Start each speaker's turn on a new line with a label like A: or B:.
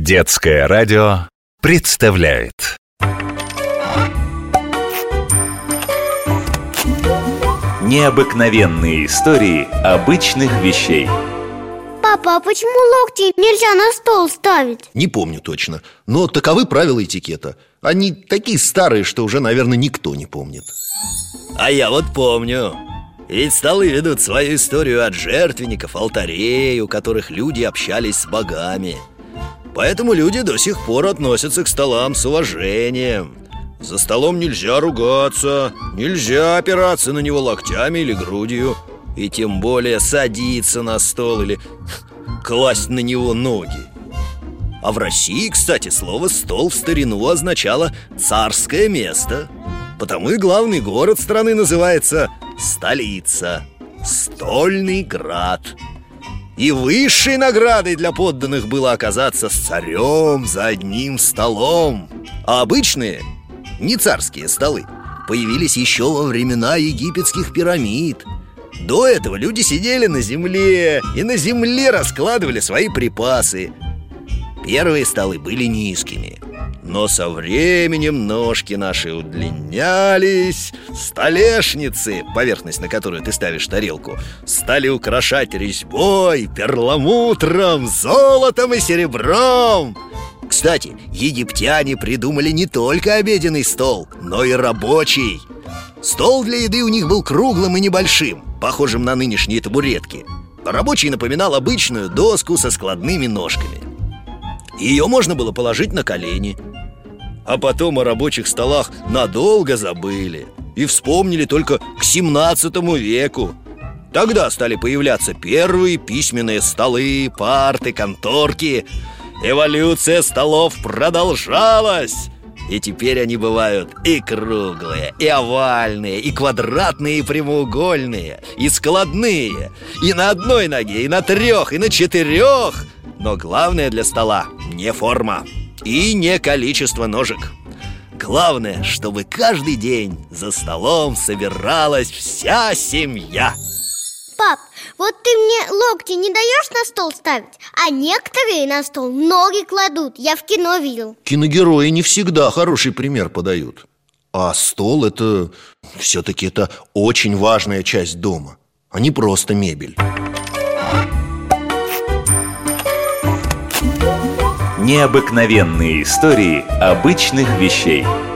A: Детское радио представляет необыкновенные истории обычных вещей.
B: Папа, а почему локти нельзя на стол ставить?
C: Не помню точно, но таковы правила этикета. Они такие старые, что уже, наверное, никто не помнит.
D: А я вот помню. Ведь столы ведут свою историю от жертвенников, алтарей, у которых люди общались с богами. Поэтому люди до сих пор относятся к столам с уважением. За столом нельзя ругаться, нельзя опираться на него локтями или грудью, и тем более садиться на стол или класть на него ноги. А в России, кстати, слово «стол» в старину означало «царское место». Потому и главный город страны называется столица, Стольный Град. И высшей наградой для подданных было оказаться с царем за одним столом. А обычные, не царские столы, появились еще во времена египетских пирамид. До этого люди сидели на земле и на земле раскладывали свои припасы. Первые столы были низкими, но со временем ножки наши удлинялись. Столешницы, поверхность, на которую ты ставишь тарелку, стали украшать резьбой, перламутром, золотом и серебром. Кстати, египтяне придумали не только обеденный стол, но и рабочий. Стол для еды у них был круглым и небольшим, похожим на нынешние табуретки. Рабочий напоминал обычную доску со складными ножками. Ее можно было положить на колени. А потом о рабочих столах надолго забыли и вспомнили только к 17 веку. Тогда стали появляться первые письменные столы, парты, конторки. Эволюция столов продолжалась. И теперь они бывают и круглые, и овальные, и квадратные, и прямоугольные, и складные, и на одной ноге, и на трех, и на четырех. Но главное для стола не форма и не количество ножек. Главное, чтобы каждый день за столом собиралась вся семья.
B: Пап, вот ты мне локти не даешь на стол ставить, а некоторые на стол ноги кладут. Я в кино видел.
C: Киногерои не всегда хороший пример подают. А стол это все-таки это очень важная часть дома, а не просто мебель.
A: Необыкновенные истории обычных вещей.